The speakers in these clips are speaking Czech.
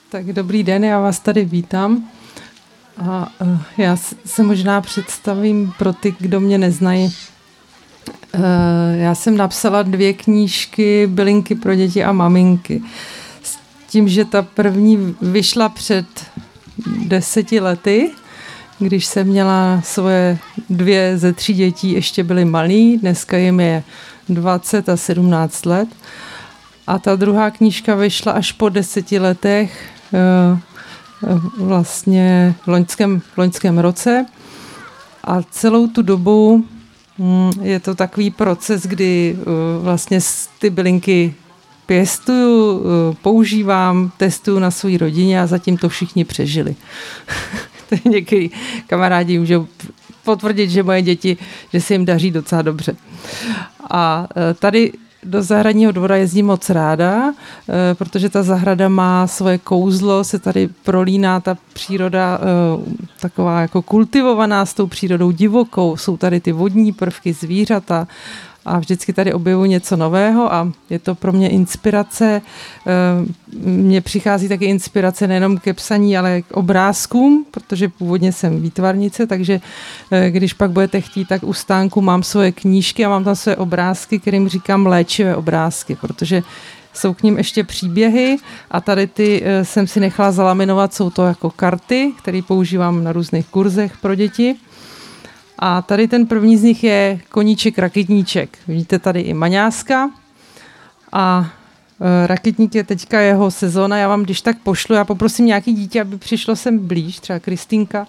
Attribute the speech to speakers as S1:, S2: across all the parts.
S1: Tak dobrý den, já vás tady vítám. A já se možná představím pro ty, kdo mě neznají. Já jsem napsala 2 knížky Bylinky pro děti a maminky. S tím, že ta první vyšla před 10 lety, když jsem měla svoje 2 ze 3 dětí, ještě byly malí, dneska jim je 20 a 17 let. A ta druhá knížka vyšla až po 10 letech, vlastně v loňském roce. A celou tu dobu je to takový proces, kdy vlastně ty bylinky pěstuju, používám, testuju na své rodině a zatím to všichni přežili. Někdy kamarádi můžou potvrdit, že moje děti, že se jim daří docela dobře. A tady do zahradního dvora jezdím moc ráda, protože ta zahrada má svoje kouzlo, se tady prolíná ta příroda taková jako kultivovaná s tou přírodou divokou, jsou tady ty vodní prvky, zvířata a vždycky tady objevuji něco nového a je to pro mě inspirace. Mně přichází taky inspirace nejenom ke psaní, ale k obrázkům, protože původně jsem výtvarnice, takže když pak budete chtít, tak u stánku mám svoje knížky a mám tam své obrázky, kterým říkám léčivé obrázky, protože jsou k ním ještě příběhy a tady ty jsem si nechala zalaminovat, jsou to jako karty, které používám na různých kurzech pro děti. A tady ten první z nich je koníček rakitníček. Vidíte tady i maňáska a rakitník je teďka jeho sezóna. Já vám když tak pošlu, já poprosím nějaký dítě, aby přišlo sem blíž, třeba Kristýnka.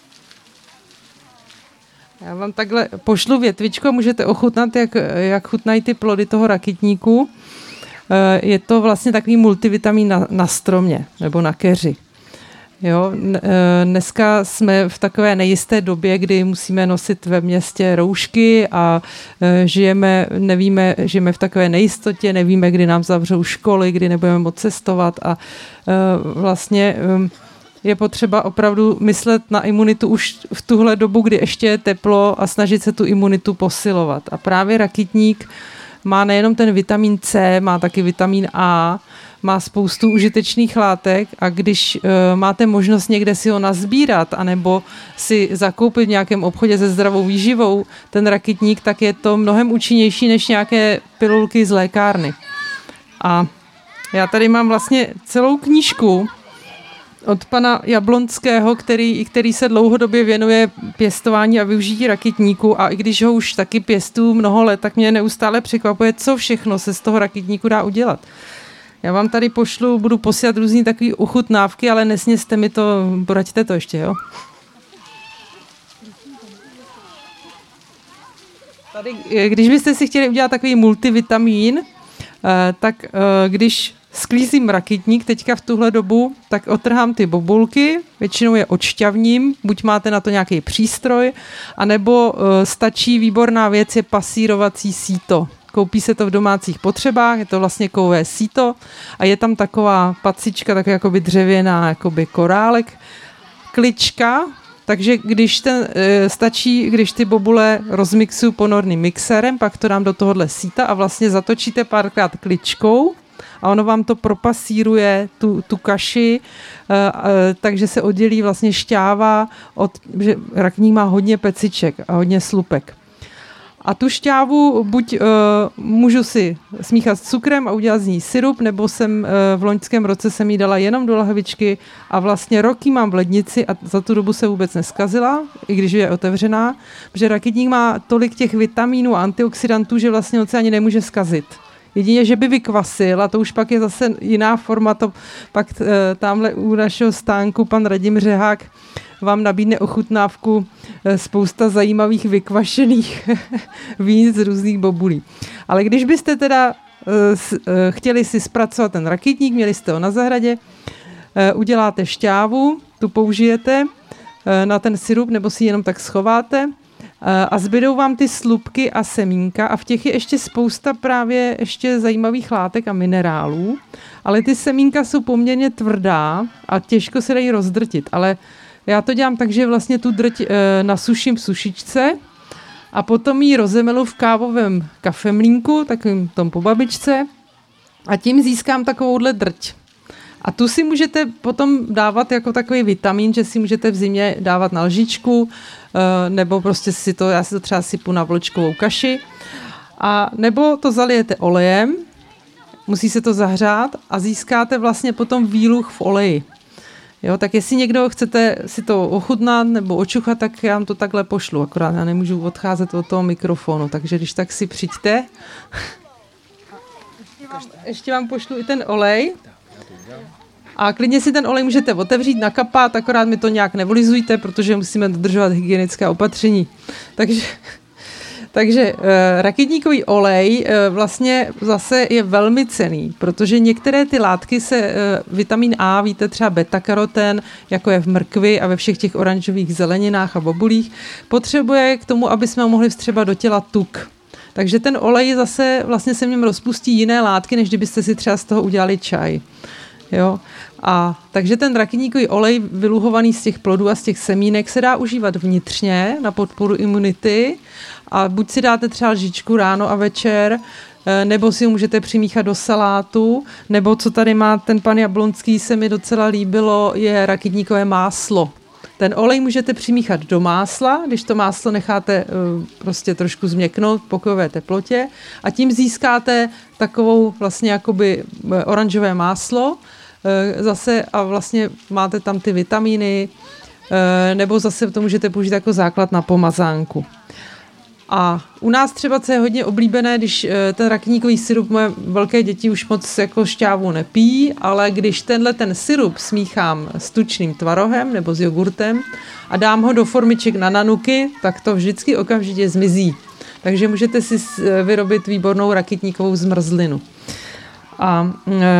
S1: Já vám takhle pošlu větvičku a můžete ochutnat, jak chutnají ty plody toho rakitníku. Je to vlastně takový multivitamin na stromě nebo na keři. Jo, dneska jsme v takové nejisté době, kdy musíme nosit ve městě roušky a žijeme v takové nejistotě, nevíme, kdy nám zavřou školy, kdy nebudeme moct cestovat a vlastně je potřeba opravdu myslet na imunitu už v tuhle dobu, kdy ještě je teplo a snažit se tu imunitu posilovat. A právě rakitník má nejenom ten vitamin C, má taky vitamin A, má spoustu užitečných látek a když máte možnost někde si ho nazbírat anebo si zakoupit v nějakém obchodě se zdravou výživou ten rakitník, tak je to mnohem účinnější než nějaké pilulky z lékárny. A já tady mám vlastně celou knížku od pana Jablonského, který se dlouhodobě věnuje pěstování a využití rakitníku a i když ho už taky pěstuju mnoho let, tak mě neustále překvapuje, co všechno se z toho rakitníku dá udělat. Já vám tady budu posílat různý takový ochutnávky, ale nesněste mi to, poraďte to ještě, jo? Tady, když byste si chtěli udělat takový multivitamin, tak když sklízím rakitník teďka v tuhle dobu, tak otrhám ty bobulky, většinou je odšťavním, buď máte na to nějaký přístroj, anebo stačí výborná věc je pasírovací síto. Koupí se to v domácích potřebách, je to vlastně kovové síto a je tam taková pacička, tak jakoby dřevěná, jakoby korálek, klička, takže když ty bobule rozmixuju ponorným mixérem, pak to dám do tohohle síta a vlastně zatočíte párkrát kličkou a ono vám to propasíruje tu kaši, takže se oddělí vlastně šťáva, že rakitník má hodně peciček a hodně slupek. A tu šťávu buď můžu si smíchat s cukrem a udělat z ní sirup, nebo jsem v loňském roce jsem jí dala jenom do lahvičky a vlastně roky mám v lednici a za tu dobu se vůbec neskazila, i když je otevřená, protože rakitník má tolik těch vitamínů a antioxidantů, že vlastně on se ani nemůže zkazit. Jedině, že by vykvasil, a to už pak je zase jiná forma, to pak tamhle u našeho stánku pan Radim Řehák vám nabídne ochutnávku spousta zajímavých vykvašených vín z různých bobulí. Ale když byste teda chtěli si zpracovat ten rakitník, měli jste ho na zahradě, uděláte šťávu, tu použijete na ten sirup, nebo si jenom tak schováte a zbydou vám ty slupky a semínka a v těch je ještě spousta právě ještě zajímavých látek a minerálů, ale ty semínka jsou poměrně tvrdá a těžko se dají rozdrtit, ale já to dělám tak, že vlastně tu drť nasuším v sušičce a potom ji rozemelu v kávovém kafemlínku, takovým tom po babičce a tím získám takovouhle drť. A tu si můžete potom dávat jako takový vitamin, že si můžete v zimě dávat na lžičku, nebo prostě já si to třeba sypu na vločkovou kaši, a nebo to zalijete olejem, musí se to zahřát a získáte vlastně potom výluch v oleji. Jo, tak jestli někdo chcete si to ochutnat nebo očuchat, tak já vám to takhle pošlu, akorát já nemůžu odcházet od toho mikrofonu, takže když tak si přijďte. Ještě vám pošlu i ten olej. A klidně si ten olej můžete otevřít, nakapat, akorát mi to nějak nevolizujte, protože musíme dodržovat hygienická opatření. Takže rakitníkový olej vlastně zase je velmi cenný, protože některé ty látky vitamin A, víte třeba beta-karoten, jako je v mrkvi a ve všech těch oranžových zeleninách a bobulích, potřebuje k tomu, aby jsme mohli vstřebat do těla tuk. Takže ten olej zase vlastně se v něm rozpustí jiné látky, než kdybyste si třeba z toho udělali čaj. Jo? Takže ten rakitníkový olej vyluhovaný z těch plodů a z těch semínek se dá užívat vnitřně na podporu imunity a buď si dáte třeba lžičku ráno a večer, nebo si ho můžete přimíchat do salátu, nebo co tady má ten pan Jablonský, se mi docela líbilo, je rakitníkové máslo. Ten olej můžete přimíchat do másla, když to máslo necháte prostě trošku změknout v pokojové teplotě a tím získáte takovou vlastně jakoby oranžové máslo zase a vlastně máte tam ty vitamíny, nebo zase to můžete použít jako základ na pomazánku. A u nás třeba, co je hodně oblíbené, když ten rakitníkový syrup, moje velké děti už moc jako šťávu nepí, ale když ten syrup smíchám s tučným tvarohem nebo s jogurtem a dám ho do formiček na nanuky, tak to vždycky okamžitě zmizí. Takže můžete si vyrobit výbornou rakitníkovou zmrzlinu. A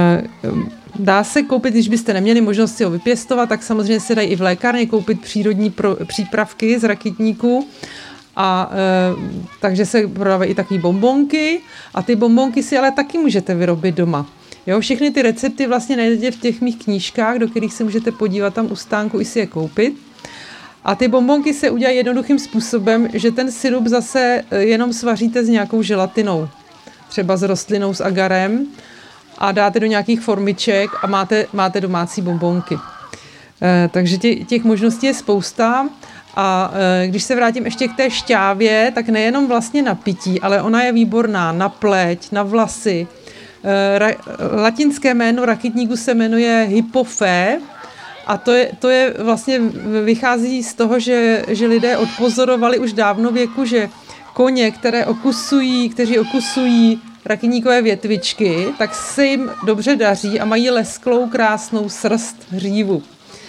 S1: dá se koupit, když byste neměli možnost si ho vypěstovat, tak samozřejmě se dají i v lékárně koupit přírodní přípravky z rakitníku. Takže se prodávají i takové bonbonky a ty bonbonky si ale taky můžete vyrobit doma. Jo, všechny ty recepty vlastně najdete v těch mých knížkách, do kterých se můžete podívat tam u stánku i si je koupit. A ty bonbonky se udělají jednoduchým způsobem, že ten syrup zase jenom svaříte s nějakou želatinou, třeba s rostlinou, s agarem a dáte do nějakých formiček a máte domácí bonbonky. Takže těch možností je spousta. A když se vrátím ještě k té šťávě, tak nejenom vlastně na pití, ale ona je výborná na pleť, na vlasy. Latinské jméno rakitníku se jmenuje Hippophae a to je vlastně vychází z toho, že lidé odpozorovali už dávno věku, že koně, kteří okusují rakitníkové větvičky, tak se jim dobře daří a mají lesklou krásnou srst hřívu.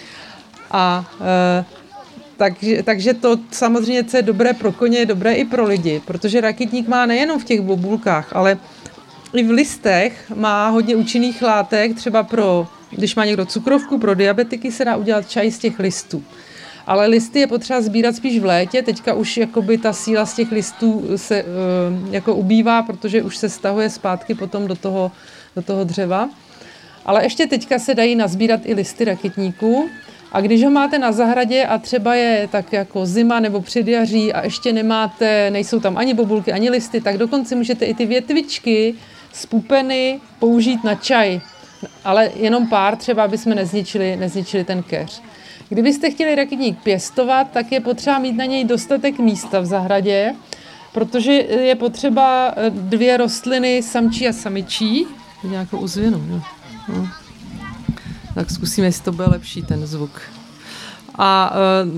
S1: Takže to samozřejmě, co je dobré pro koně, je dobré i pro lidi, protože rakitník má nejenom v těch bobulkách, ale i v listech má hodně účinných látek, třeba když má někdo cukrovku, pro diabetiky se dá udělat čaj z těch listů. Ale listy je potřeba sbírat spíš v létě, teďka už jakoby ta síla z těch listů se jako ubývá, protože už se stahuje zpátky potom do toho dřeva. Ale ještě teďka se dají nazbírat i listy rakitníků. A když ho máte na zahradě a třeba je tak jako zima nebo předjaří a ještě nejsou tam ani bobulky, ani listy, tak dokonce můžete i ty větvičky z pupeny použít na čaj. Ale jenom pár třeba, aby jsme nezničili ten keř. Kdybyste chtěli rakitník pěstovat, tak je potřeba mít na něj dostatek místa v zahradě, protože je potřeba 2 rostliny, samčí a samičí. Nějakou ozvěnu, no. Tak zkusíme, jestli to bude lepší, ten zvuk. A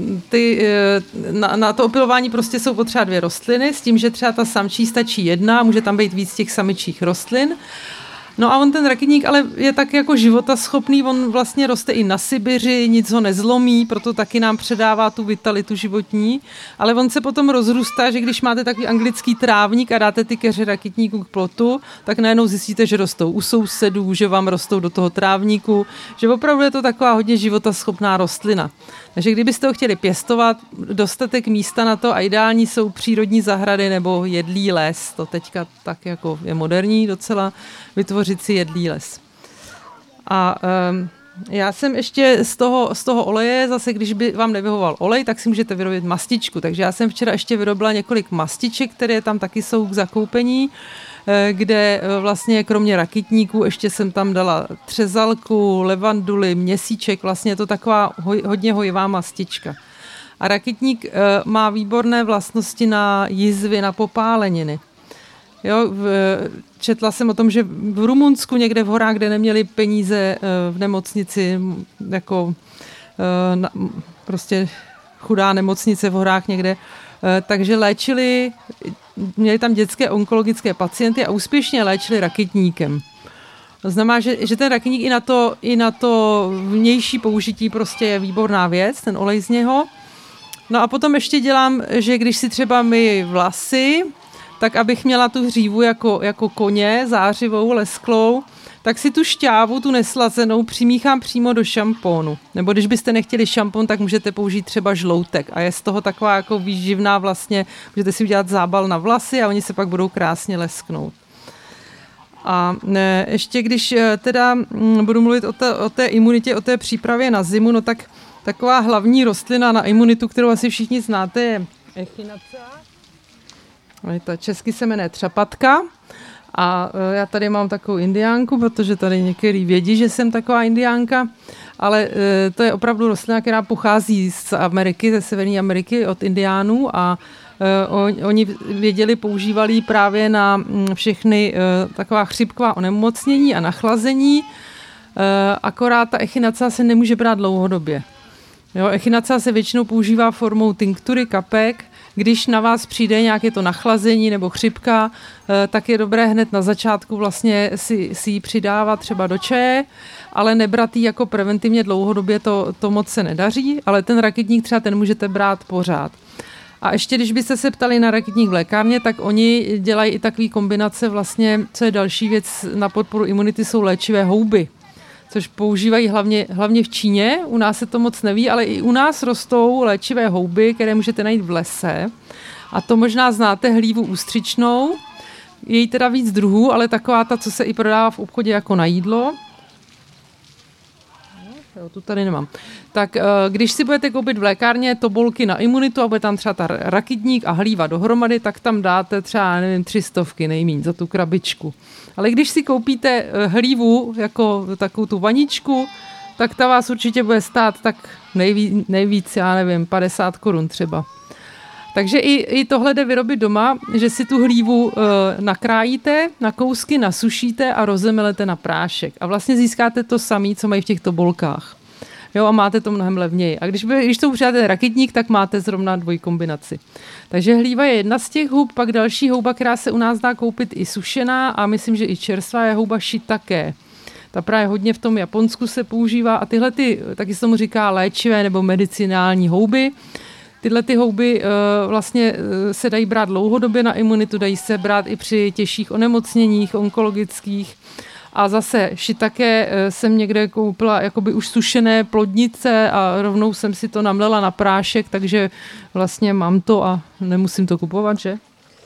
S1: na to opylování prostě jsou potřeba 2 rostliny, s tím, že třeba ta samčí stačí 1, může tam být víc těch samičích rostlin. No a on ten rakitník ale je tak jako životaschopný, on vlastně roste i na Sibiři, nic ho nezlomí, proto taky nám předává tu vitalitu životní, ale on se potom rozrůstá, že když máte takový anglický trávník a dáte ty keře rakitníku k plotu, tak najednou zjistíte, že rostou u sousedů, že vám rostou do toho trávníku, že opravdu je to taková hodně životaschopná rostlina. Takže kdybyste ho chtěli pěstovat, dostatek místa na to a ideální jsou přírodní zahrady nebo jedlý les, to teďka tak jako je moderní docela, vytvořit si jedlý les. A já jsem ještě z toho oleje, zase když by vám nevyhovoval olej, tak si můžete vyrobit mastičku. Takže já jsem včera ještě vyrobila několik mastiček, které tam taky jsou k zakoupení. kde vlastně kromě rakitníků ještě jsem tam dala třezalku, levanduli, měsíček, vlastně je to taková hodně hojivá mastička. A rakitník má výborné vlastnosti na jizvy, na popáleniny. Jo, četla jsem o tom, že v Rumunsku někde v horách, kde neměli peníze v nemocnici, jako prostě chudá nemocnice v horách někde, takže měli tam dětské onkologické pacienty a úspěšně léčili rakitníkem. To znamená, že ten rakitník i na to vnější použití prostě je výborná věc, ten olej z něho. No a potom ještě dělám, že když si třeba myji vlasy, tak abych měla tu hřívu jako koně, zářivou, lesklou, tak si tu šťávu, tu neslazenou, přimíchám přímo do šampónu. Nebo když byste nechtěli šampon, tak můžete použít třeba žloutek. A je z toho taková jako výživná vlastně, můžete si udělat zábal na vlasy a oni se pak budou krásně lesknout. A ještě když teda budu mluvit o té imunitě, o té přípravě na zimu, no tak taková hlavní rostlina na imunitu, kterou asi všichni znáte, je echinacea. Ta česky se jmenuje třapatka. A já tady mám takovou indiánku, protože tady některý vědí, že jsem taková indiánka, ale to je opravdu rostlina, která pochází z Ameriky, ze Severní Ameriky, od indiánů a oni věděli, používali právě na všechny taková chřipková onemocnění a nachlazení, akorát ta echinacea se nemůže brát dlouhodobě. Jo, echinacea se většinou používá formou tinktury, kapek. Když na vás přijde nějaké to nachlazení nebo chřipka, tak je dobré hned na začátku vlastně si ji přidávat třeba do čaje, ale nebrat ji jako preventivně dlouhodobě, to moc se nedaří, ale ten rakitník třeba ten můžete brát pořád. A ještě když byste se ptali na rakitník v lékárně, tak oni dělají i takový kombinace vlastně, co je další věc na podporu imunity, jsou léčivé houby, což používají hlavně v Číně. U nás se to moc neví, ale i u nás rostou léčivé houby, které můžete najít v lese. A to možná znáte hlívu ústřičnou. Je jí teda víc druhů, ale taková ta, co se i prodává v obchodě jako na jídlo. Jo, tu tady nemám. Tak když si budete koupit v lékárně tobolky na imunitu a bude tam třeba ta rakitník a hlíva dohromady, tak tam dáte třeba, nevím, 300 nejmíň za tu krabičku. Ale když si koupíte hlívu jako takovou tu vaničku, tak ta vás určitě bude stát tak nejvíc, já nevím, 50 korun třeba. Takže i tohle jde vyrobit doma, že si tu hlívu nakrájíte, na kousky nasušíte a rozemelete na prášek. A vlastně získáte to samé, co mají v těch tobolkách. Jo, a máte to mnohem levněji. A když to přidáte rakitník, tak máte zrovna dvojkombinaci. Takže hlíva je jedna z těch hub, pak další houba, která se u nás dá koupit i sušená a myslím, že i čerstvá, je houba shiitake. Ta právě hodně v tom Japonsku se používá a tyhle taky se tomu říká léčivé nebo medicinální houby. Tyhle ty houby vlastně se dají brát dlouhodobě na imunitu, dají se brát i při těžších onemocněních onkologických. A zase shiitake jsem někde koupila jakoby už sušené plodnice a rovnou jsem si to namlela na prášek, takže vlastně mám to a nemusím to kupovat, že?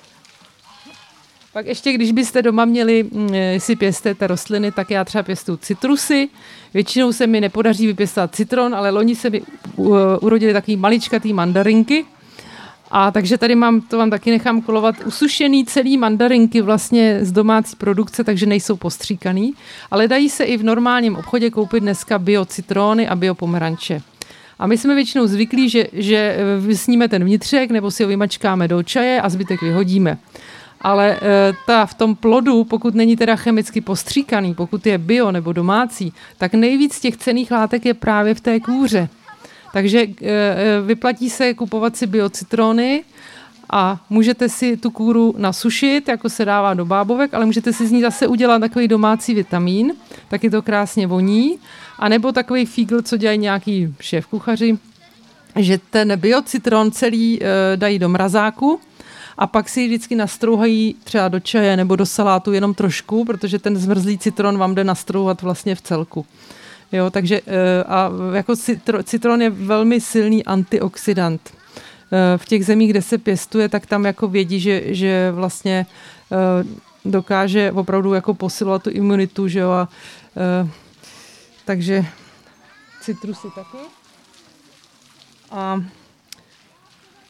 S1: Pak ještě, když byste doma měli, si pěstujete rostliny, tak já třeba pěstuju citrusy. Většinou se mi nepodaří vypěstovat citron, ale loni se mi urodily takový maličkatý mandarinky. A takže tady to vám taky nechám kolovat, usušený celý mandarinky vlastně z domácí produkce, takže nejsou postříkaný. Ale dají se i v normálním obchodě koupit dneska biocitrony a biopomeranče. A my jsme většinou zvyklí, že vysníme ten vnitřek nebo si ho vymačkáme do čaje a zbytek vyhodíme. Ale v tom plodu, pokud není teda chemicky postříkaný, pokud je bio nebo domácí, tak nejvíc těch cenných látek je právě v té kůře. Takže vyplatí se kupovat si biocitrony a můžete si tu kůru nasušit, jako se dává do bábovek, ale můžete si z ní zase udělat takový domácí vitamín, taky to krásně voní, a nebo takový fígl, co dělají nějaký šéfkuchaři, že ten biocitron celý dají do mrazáku a pak si ji vždycky nastrouhají třeba do čaje nebo do salátu jenom trošku, protože ten zmrzlý citron vám jde nastrouhat vlastně v celku. Jo, takže a jako citron je velmi silný antioxidant. V těch zemích, kde se pěstuje, tak tam jako vědí, že vlastně dokáže opravdu jako posilovat tu imunitu, že jo, a takže citrusy taky. A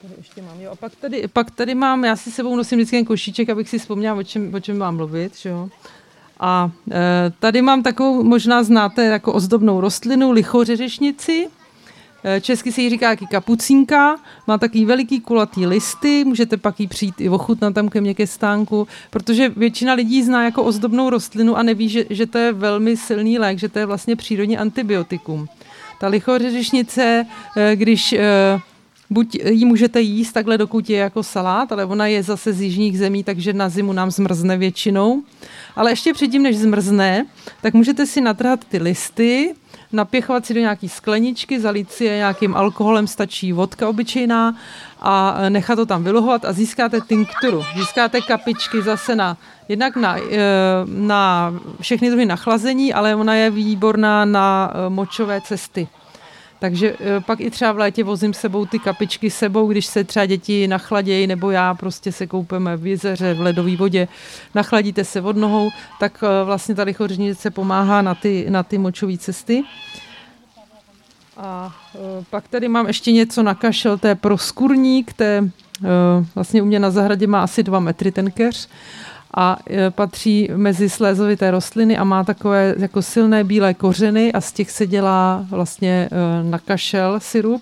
S1: Tady ještě mám, jo. A pak tady mám, já si sebou nosím vždycky jen košíček, abych si vzpomněla, o čem mám mluvit, že jo. A tady mám takovou, možná znáte, jako ozdobnou rostlinu, lichořeřešnici. Česky se jí říká jaký kapucínka, má takový veliký kulatý listy, můžete pak jí přijít i ochutnat tam ke mně ke stánku, protože většina lidí zná jako ozdobnou rostlinu a neví, že to je velmi silný lék, že to je vlastně přírodní antibiotikum. Ta lichořeřešnice, když buď ji můžete jíst takhle, dokud je jako salát, ale ona je zase z jižních zemí, takže na zimu nám zmrzne většinou. Ale ještě předtím, než zmrzne, tak můžete si natrhat ty listy, napěchovat si do nějaký skleničky, zalít si je nějakým alkoholem, stačí vodka obyčejná a nechat to tam vyluhovat a získáte tinkturu. Získáte kapičky zase jednak na všechny druhy nachlazení, ale ona je výborná na močové cesty. Takže pak i třeba v létě vozím sebou ty kapičky sebou, když se třeba děti nachladějí, nebo já prostě se koupeme v jezeře, v ledové vodě, nachladíte se od nohou, tak vlastně ta lichořeřinice pomáhá na ty močové cesty. A pak tady mám ještě něco na kašel, to je proskurník, vlastně u mě na zahradě má asi 2 metry ten keř a patří mezi slézovité rostliny a má takové jako silné bílé kořeny a z těch se dělá vlastně na kašel sirup.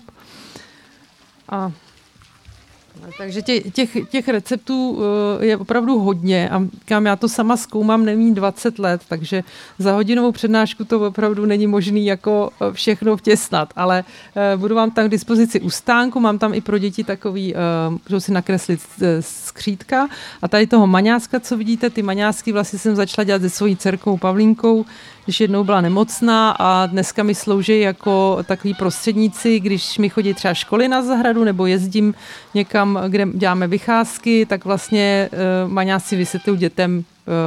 S1: Takže těch receptů je opravdu hodně a kam já to sama zkoumám, nevím 20 let, takže za hodinovou přednášku to opravdu není možný jako všechno vtěsnat, ale budu vám tam k dispozici u stánku, mám tam i pro děti takový, můžou si nakreslit skřítka a tady toho maňáska, co vidíte, ty maňásky vlastně jsem začala dělat se svojí dcerkou Pavlínkou, když jednou byla nemocná a dneska mi slouží jako takový prostředníci, když mi chodí třeba školy na zahradu nebo jezdím někam, kde děláme vycházky, tak vlastně maňáci vysvětlují dětem,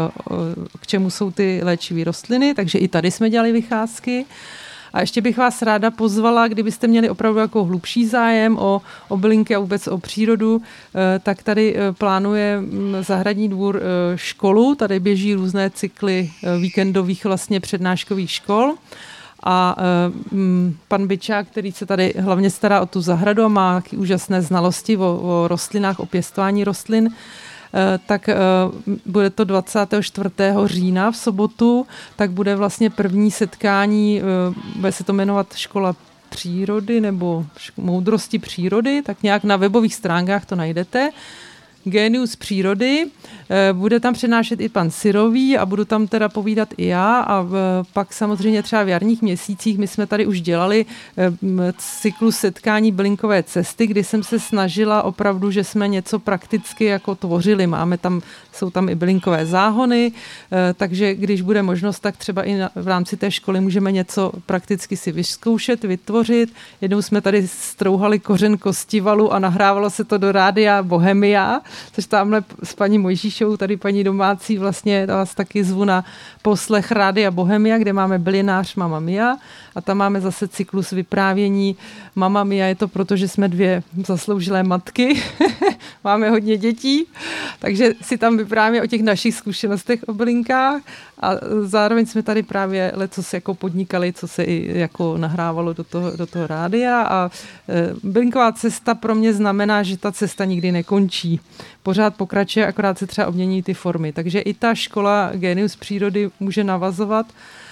S1: k čemu jsou ty léčivé rostliny, takže i tady jsme dělali vycházky. A ještě bych vás ráda pozvala, kdybyste měli opravdu jako hlubší zájem o bylinky a vůbec o přírodu, tak tady plánuje Zahradní dvůr školu, tady běží různé cykly víkendových vlastně přednáškových škol. A pan Byčák, který se tady hlavně stará o tu zahradu a má taky úžasné znalosti o rostlinách, o pěstování rostlin, tak bude to 24. října v sobotu, tak bude vlastně první setkání, bude se to jmenovat Škola přírody nebo moudrosti přírody, tak nějak na webových stránkách to najdete. Génius přírody, bude tam přednášet i pan Syrový a budu tam teda povídat i já a pak samozřejmě třeba v jarních měsících my jsme tady už dělali cyklus setkání bylinkové cesty, kdy jsem se snažila opravdu, že jsme něco prakticky jako tvořili. Jsou tam i bylinkové záhony, takže když bude možnost, tak třeba i v rámci té školy můžeme něco prakticky si vyzkoušet, vytvořit. Jednou jsme tady strouhali kořen kostivalu a nahrávalo se to do rádia Bohemia, což tamhle s paní Mojžíšovou, tady paní domácí, vlastně vás taky zvu na poslech Rádia Bohemia, kde máme bylinář Mama Mia a tam máme zase cyklus vyprávění Mama Mia, je to proto, že jsme 2 zasloužilé matky, máme hodně dětí, takže si tam vyprávěme o těch našich zkušenostech o bylinkách a zároveň jsme tady právě lecos jako podnikali, co se i jako nahrávalo do toho rádia a bylinková cesta pro mě znamená, že ta cesta nikdy nekončí. Pořád pokračuje, akorát se třeba obmění ty formy. Takže i ta škola Génius přírody může navazovat.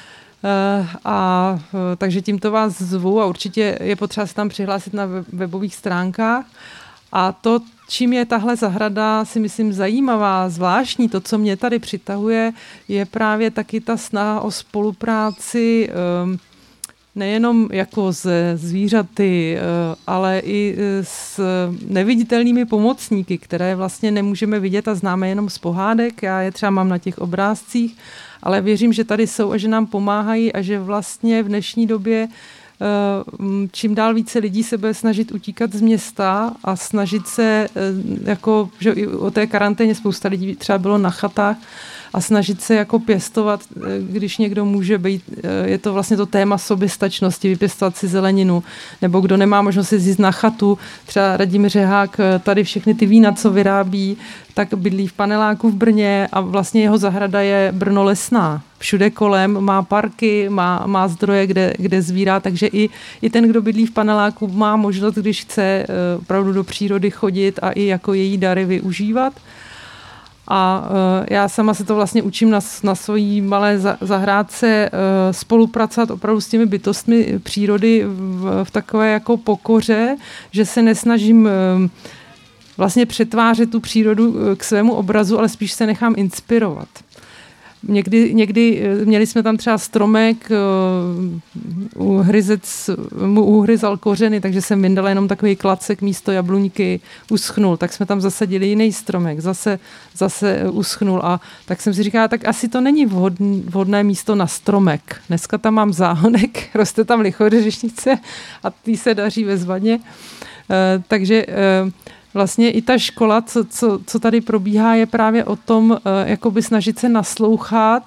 S1: Takže tímto vás zvu a určitě je potřeba se tam přihlásit na webových stránkách. A to, čím je tahle zahrada, si myslím zajímavá, zvláštní, to, co mě tady přitahuje, je právě taky ta snaha o spolupráci nejenom jako se zvířaty, ale i s neviditelnými pomocníky, které vlastně nemůžeme vidět a známe jenom z pohádek. Já je třeba mám na těch obrázcích, ale věřím, že tady jsou a že nám pomáhají a že vlastně v dnešní době čím dál více lidí se bude snažit utíkat z města a snažit se, jako, že o té karanténě spousta lidí třeba bylo na chatách a snažit se jako pěstovat, když někdo může být, je to vlastně to téma soběstačnosti, vypěstovat si zeleninu, nebo kdo nemá možnost si zjít na chatu, třeba Radimír Řehák tady všechny ty vína, co vyrábí, tak bydlí v paneláku v Brně a vlastně jeho zahrada je Brno lesná. Všude kolem má parky, má zdroje, kde zvírá, takže i ten, kdo bydlí v paneláku, má možnost, když chce opravdu do přírody chodit a i jako její dary využívat. A já sama se to vlastně učím na svojí malé zahrádce spolupracovat opravdu s těmi bytostmi přírody v takové jako pokoře, že se nesnažím vlastně přetvářet tu přírodu k svému obrazu, ale spíš se nechám inspirovat. Někdy měli jsme tam třeba stromek, hryzec mu uhryzal kořeny, takže jsem vyndala jenom takový klacek místo jabluňky, uschnul, tak jsme tam zasadili jiný stromek, zase uschnul a tak jsem si říkala, tak asi to není vhodné místo na stromek. Dneska tam mám záhonek, roste tam lichořešnice a tý se daří ve Zvadně, takže vlastně i ta škola, co tady probíhá, je právě o tom, jakoby snažit se naslouchat,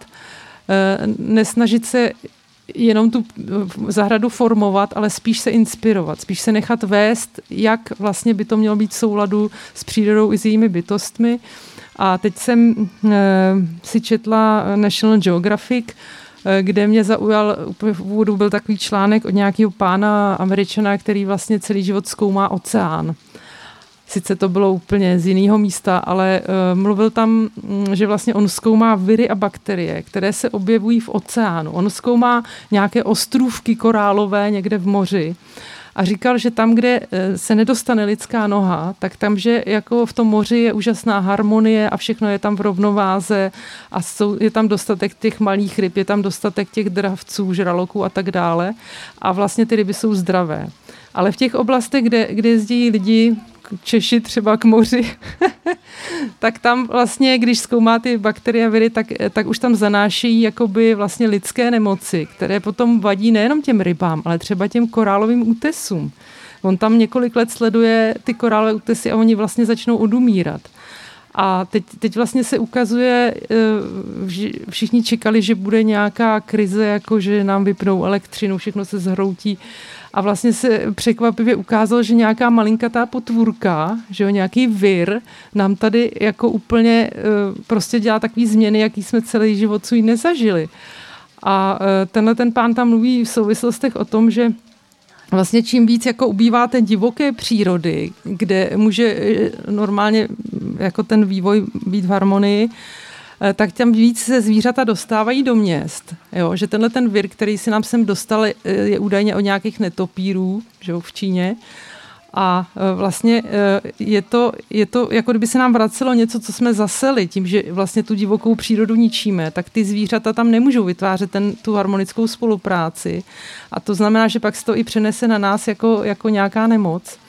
S1: nesnažit se jenom tu zahradu formovat, ale spíš se inspirovat, spíš se nechat vést, jak vlastně by to mělo být v souladu s přírodou i s jejími bytostmi. A teď jsem si četla National Geographic, kde mě zaujal, v úvodu byl takový článek od nějakého pána Američana, který vlastně celý život zkoumá oceán. Sice to bylo úplně z jiného místa, ale mluvil tam, že vlastně on zkoumá viry a bakterie, které se objevují v oceánu. On zkoumá nějaké ostrůvky korálové někde v moři a říkal, že tam, kde se nedostane lidská noha, tak tam, že jako v tom moři je úžasná harmonie a všechno je tam v rovnováze a je tam dostatek těch malých ryb, je tam dostatek těch dravců, žraloků a tak dále a vlastně ty ryby jsou zdravé. Ale v těch oblastech, kde jezdí lidi, Češi třeba k moři, tak tam vlastně, když zkoumá ty bakterie a viry, tak už tam zanášejí jakoby vlastně lidské nemoci, které potom vadí nejenom těm rybám, ale třeba těm korálovým útesům. On tam několik let sleduje ty korálové útesy a oni vlastně začnou odumírat. A teď vlastně se ukazuje, všichni čekali, že bude nějaká krize, jako že nám vypnou elektřinu, všechno se zhroutí. A vlastně se překvapivě ukázalo, že nějaká malinkatá potvůrka, že jo, nějaký vir nám tady jako úplně prostě dělá takový změny, jaký jsme celý život svůj nezažili. A tenhle ten pán tam mluví v souvislostech o tom, že vlastně čím víc jako ubývá té divoké přírody, kde může normálně jako ten vývoj být v harmonii, tak tam víc se zvířata dostávají do měst. Jo? Že tenhle ten vir, který si nám sem dostal, je údajně od nějakých netopírů, že jo, v Číně. A vlastně je to, jako kdyby se nám vracelo něco, co jsme zaseli, tím, že vlastně tu divokou přírodu ničíme, tak ty zvířata tam nemůžou vytvářet tu harmonickou spolupráci. A to znamená, že pak se to i přenese na nás jako nějaká nemoc.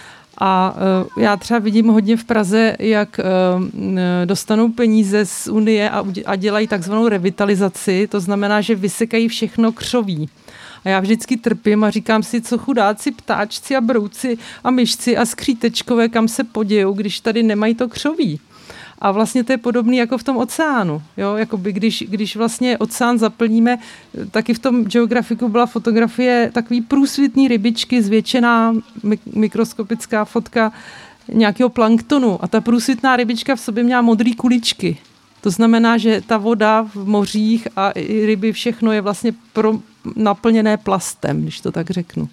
S1: A já třeba vidím hodně v Praze, jak dostanou peníze z Unie a dělají takzvanou revitalizaci, to znamená, že vysekají všechno křoví. A já vždycky trpím a říkám si, co chudáci ptáčci a brouci a myšci a skřítečkové, kam se podějou, když tady nemají to křoví. A vlastně to je podobné jako v tom oceánu. Jo? Jakoby když vlastně oceán zaplníme, taky v tom Geographicu byla fotografie takový průsvitný rybičky, zvětšená mikroskopická fotka nějakého planktonu. A ta průsvitná rybička v sobě měla modré kuličky. To znamená, že ta voda v mořích a i ryby, všechno je vlastně naplněné plastem, když to tak řeknu.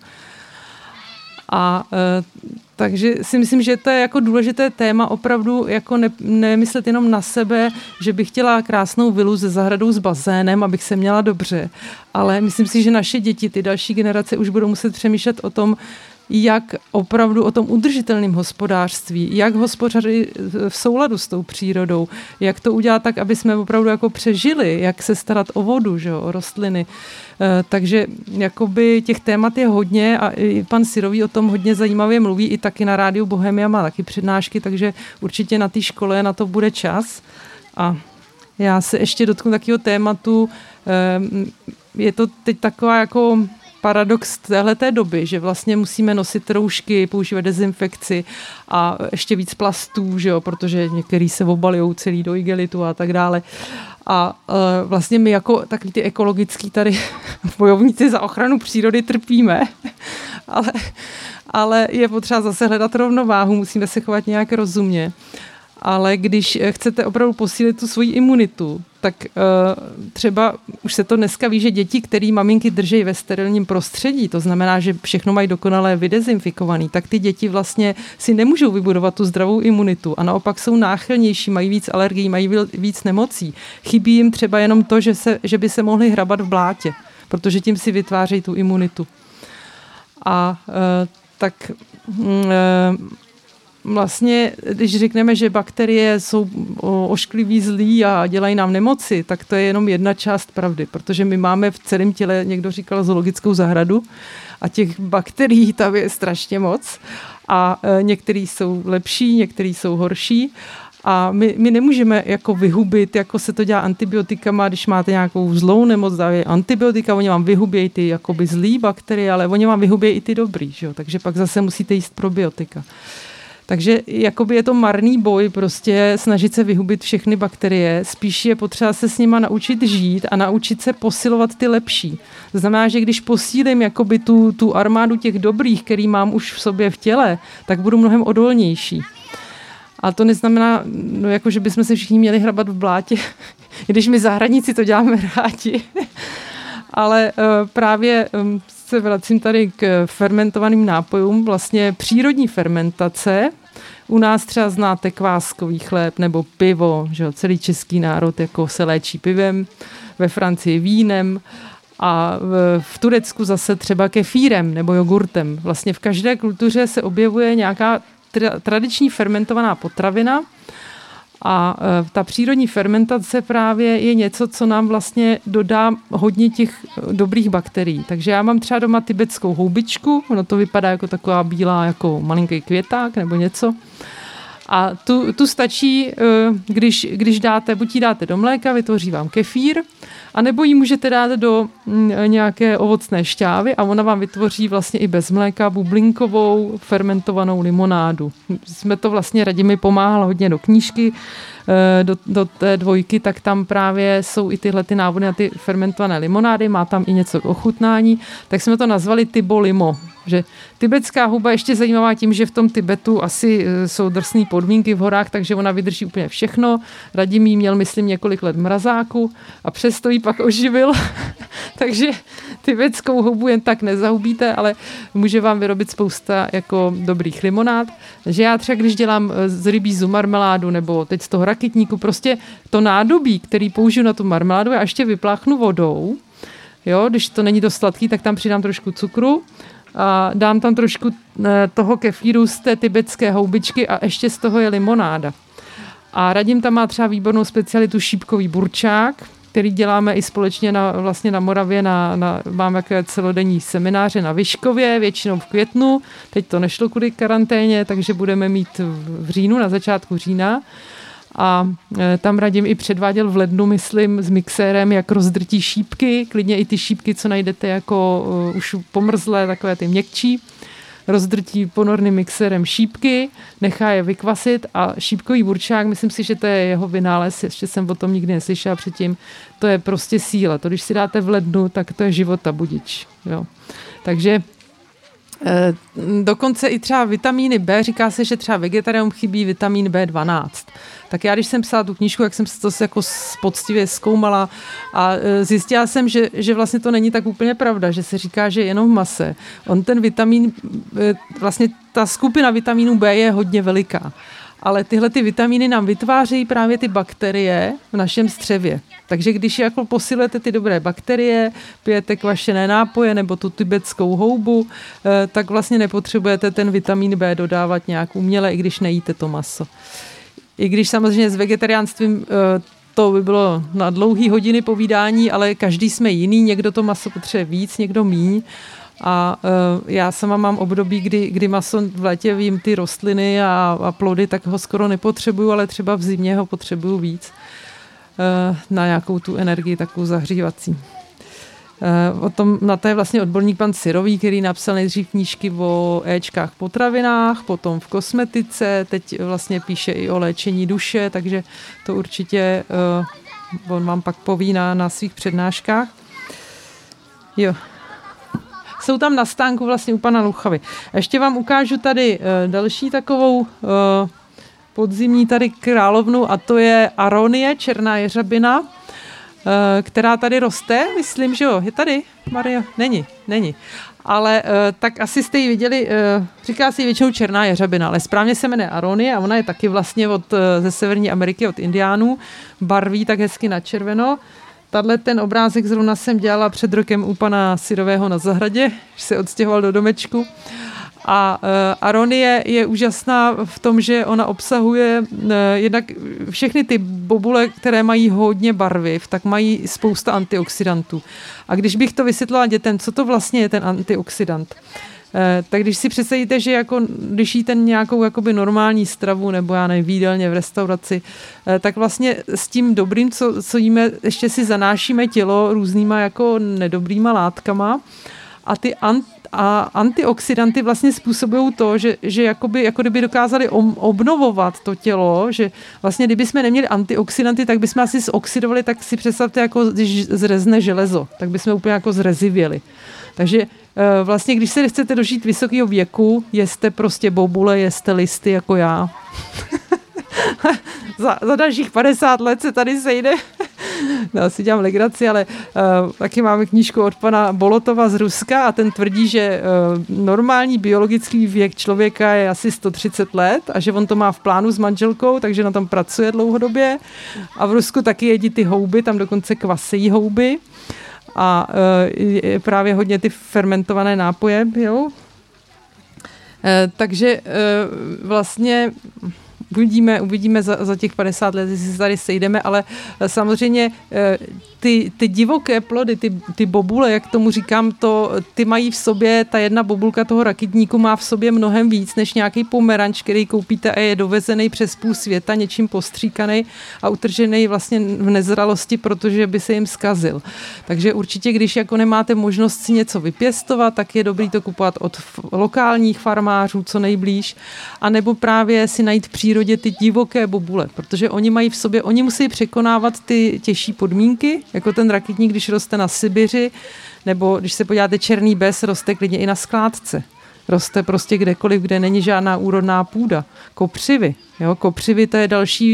S1: A takže si myslím, že to je jako důležité téma opravdu jako nemyslet jenom na sebe, že bych chtěla krásnou vilu se zahradou s bazénem, abych se měla dobře. Ale myslím si, že naše děti, ty další generace už budou muset přemýšlet o tom, jak opravdu o tom udržitelném hospodářství, jak hospodařit v souladu s tou přírodou, jak to udělat tak, aby jsme opravdu jako přežili, jak se starat o vodu, že jo, o rostliny. Takže jakoby těch témat je hodně a i pan Syrový o tom hodně zajímavě mluví, i taky na rádiu Bohemia má taky přednášky, takže určitě na té škole na to bude čas. A já se ještě dotknu takového tématu, je to teď taková jako paradox téhleté doby, že vlastně musíme nosit roušky, používat dezinfekci a ještě víc plastů, že jo, protože některý se obalijou celý do igelitu a tak dále. A vlastně my jako takový ty ekologický tady bojovníci za ochranu přírody trpíme, ale je potřeba zase hledat rovnováhu, musíme se chovat nějak rozumně. Ale když chcete opravdu posílit tu svoji imunitu, tak třeba už se to dneska ví, že děti, které maminky drží ve sterilním prostředí, to znamená, že všechno mají dokonale vydezinfikovaný, tak ty děti vlastně si nemůžou vybudovat tu zdravou imunitu a naopak jsou náchylnější, mají víc alergií, mají víc nemocí. Chybí jim třeba jenom to, že by se mohli hrabat v blátě, protože tím si vytvářejí tu imunitu. A vlastně, když řekneme, že bakterie jsou ošklivý, zlý a dělají nám nemoci, tak to je jenom jedna část pravdy, protože my máme v celém těle, někdo říkal, zoologickou zahradu a těch bakterií tam je strašně moc a některý jsou lepší, některý jsou horší. A my nemůžeme jako vyhubit, jako se to dělá antibiotikama, když máte nějakou zlou nemoc, dávají antibiotika, oni vám vyhubějí ty jakoby zlý bakterie, ale oni vám vyhubějí i ty dobrý, že jo? Takže pak zase musíte jíst probiotika. Takže jakoby je to marný boj prostě snažit se vyhubit všechny bakterie, spíš je potřeba se s nima naučit žít a naučit se posilovat ty lepší. To znamená, že když posílím jakoby tu armádu těch dobrých, který mám už v sobě v těle, tak budu mnohem odolnější. A to neznamená, jako, že bychom se všichni měli hrabat v blátě, když my zahradníci to děláme rádi. Ale právě se vracím tady k fermentovaným nápojům. Vlastně přírodní fermentace. U nás třeba znáte kváskový chléb nebo pivo, že jo, celý český národ jako se léčí pivem, ve Francii vínem a v Turecku zase třeba kefírem nebo jogurtem. Vlastně v každé kultuře se objevuje nějaká tradiční fermentovaná potravina a ta přírodní fermentace právě je něco, co nám vlastně dodá hodně těch dobrých bakterií. Takže já mám třeba doma tibetskou houbičku, ono to vypadá jako taková bílá, jako malinký květák nebo něco. A tu stačí, když dáte, buď ji dáte do mléka, vytvoří vám kefír, anebo ji můžete dát do nějaké ovocné šťávy a ona vám vytvoří vlastně i bez mléka bublinkovou fermentovanou limonádu. Jsme to vlastně, Radim mi pomáhal hodně do knížky, do té 2, tak tam právě jsou i tyhle ty návody na ty fermentované limonády, má tam i něco k ochutnání, tak jsme to nazvali Tibo Limo. Že tibetská huba je ještě zajímavá tím, že v tom Tibetu asi jsou drsné podmínky v horách, takže ona vydrží úplně všechno. Radim jí měl, myslím, několik let mrazáku a přesto ji pak oživil. Takže tibetskou hubu jen tak nezahubíte, ale může vám vyrobit spousta jako dobrých limonád. Že já třeba, když dělám z rybízu marmeládu nebo teď z toho rakitníku, prostě to nádobí, který použiju na tu marmeládu, já ještě vypláchnu vodou. Jo, když to není dost sladký, tak tam přidám trošku cukru a dám tam trošku toho kefíru z té tibetské houbičky a ještě z toho je limonáda. A Radim tam má třeba výbornou specialitu šípkový burčák, který děláme i společně vlastně na Moravě, máme jaké celodenní semináře na Vyškově, většinou v květnu. Teď to nešlo kvůli karanténě, takže budeme mít v říjnu, na začátku října. A tam Radim i předváděl v lednu, myslím, s mixérem, jak rozdrtí šípky, klidně i ty šípky, co najdete jako už pomrzlé, takové ty měkčí. Rozdrtí ponorným mixérem šípky, nechá je vykvasit a šípkový burčák, myslím si, že to je jeho vynález, ještě jsem o tom nikdy neslyšela předtím, to je prostě síla. To, když si dáte v lednu, tak to je života budič. Jo. Takže dokonce i třeba vitamíny B, říká se, že třeba vegetariánům chybí vitamin B12. Tak já, když jsem psala tu knížku, jak jsem to jako poctivě zkoumala a zjistila jsem, že vlastně to není tak úplně pravda, že se říká, že jenom v mase. On ten vitamin, vlastně ta skupina vitamínů B je hodně veliká. Ale tyhle ty vitamíny nám vytvářejí právě ty bakterie v našem střevě. Takže když jako posilujete ty dobré bakterie, pijete kvašené nápoje nebo tu tibetskou houbu, tak vlastně nepotřebujete ten vitamin B dodávat nějak uměle, i když nejíte to maso. I když samozřejmě s vegetariánstvím to by bylo na dlouhý hodiny povídání, ale každý jsme jiný, někdo to maso potřebuje víc, někdo míň. A já sama mám období, kdy maso v létě jím ty rostliny a plody, tak ho skoro nepotřebuju, ale třeba v zimě ho potřebuju víc na nějakou tu energii takovou zahřívací. Na to je vlastně odborník pan Syrový, který napsal nejdřív knížky o éčkách v potravinách, potom v kosmetice, teď vlastně píše i o léčení duše, takže to určitě on vám pak poví na svých přednáškách. Jo. Jsou tam na stánku vlastně u pana Luchavy. Ještě vám ukážu tady další takovou podzimní tady královnu a to je aronie, černá jeřabina, která tady roste, myslím, že jo, je tady, Maria? Není. Ale tak asi jste ji viděli, říká se jí většinou černá jeřabina, ale správně se jmenuje aronie a ona je taky vlastně ze Severní Ameriky, od Indiánů, barví tak hezky na červeno. Tahle ten obrázek zrovna jsem dělala před rokem u pana Syrového na zahradě, když se odstěhoval do domečku. A aronie je úžasná v tom, že ona obsahuje jednak všechny ty bobule, které mají hodně barviv, tak mají spousta antioxidantů. A když bych to vysvětlila dětem, co to vlastně je ten antioxidant, tak když si představíte, že jako, když jíte nějakou jakoby normální stravu nebo já nevím, v jídelně, v restauraci, tak vlastně s tím dobrým, co jíme, ještě si zanášíme tělo různýma jako nedobrýma látkama a ty antioxidanty vlastně způsobují to, že jako kdyby dokázali obnovovat to tělo, že vlastně kdyby jsme neměli antioxidanty, tak bychom asi zoxidovali, tak si představte, jako když zrezne železo, tak bychom úplně jako zrezivěli. Takže vlastně, když se chcete dožít vysokého věku, jeste prostě bobule, jeste listy jako já. za dalších 50 let se tady sejde. No, si dělám legraci, ale taky máme knížku od pana Bolotova z Ruska a ten tvrdí, že normální biologický věk člověka je asi 130 let a že on to má v plánu s manželkou, takže na tom pracuje dlouhodobě. A v Rusku taky jedí ty houby, tam dokonce kvasejí houby. A je právě hodně ty fermentované nápoje, jo. Takže vlastně uvidíme za těch 50 let, jestli se tady sejdeme, ale samozřejmě ty divoké plody, ty bobule, jak tomu říkám, ty mají v sobě, ta jedna bobulka toho rakitníku má v sobě mnohem víc, než nějaký pomeranč, který koupíte a je dovezený přes půl světa, něčím postříkaný a utržený vlastně v nezralosti, protože by se jim zkazil. Takže určitě, když jako nemáte možnost si něco vypěstovat, tak je dobrý to kupovat od lokálních farmářů, co nejblíž, anebo právě si najít v přírodě ty divoké bobule, protože oni mají v sobě, oni musí překonávat ty těžší podmínky, jako ten rakitník, když roste na Sibiři, nebo když se podíváte, černý bez roste klidně i na skládce. Roste prostě kdekoliv, kde není žádná úrodná půda. Kopřivy. Jo? Kopřivy to je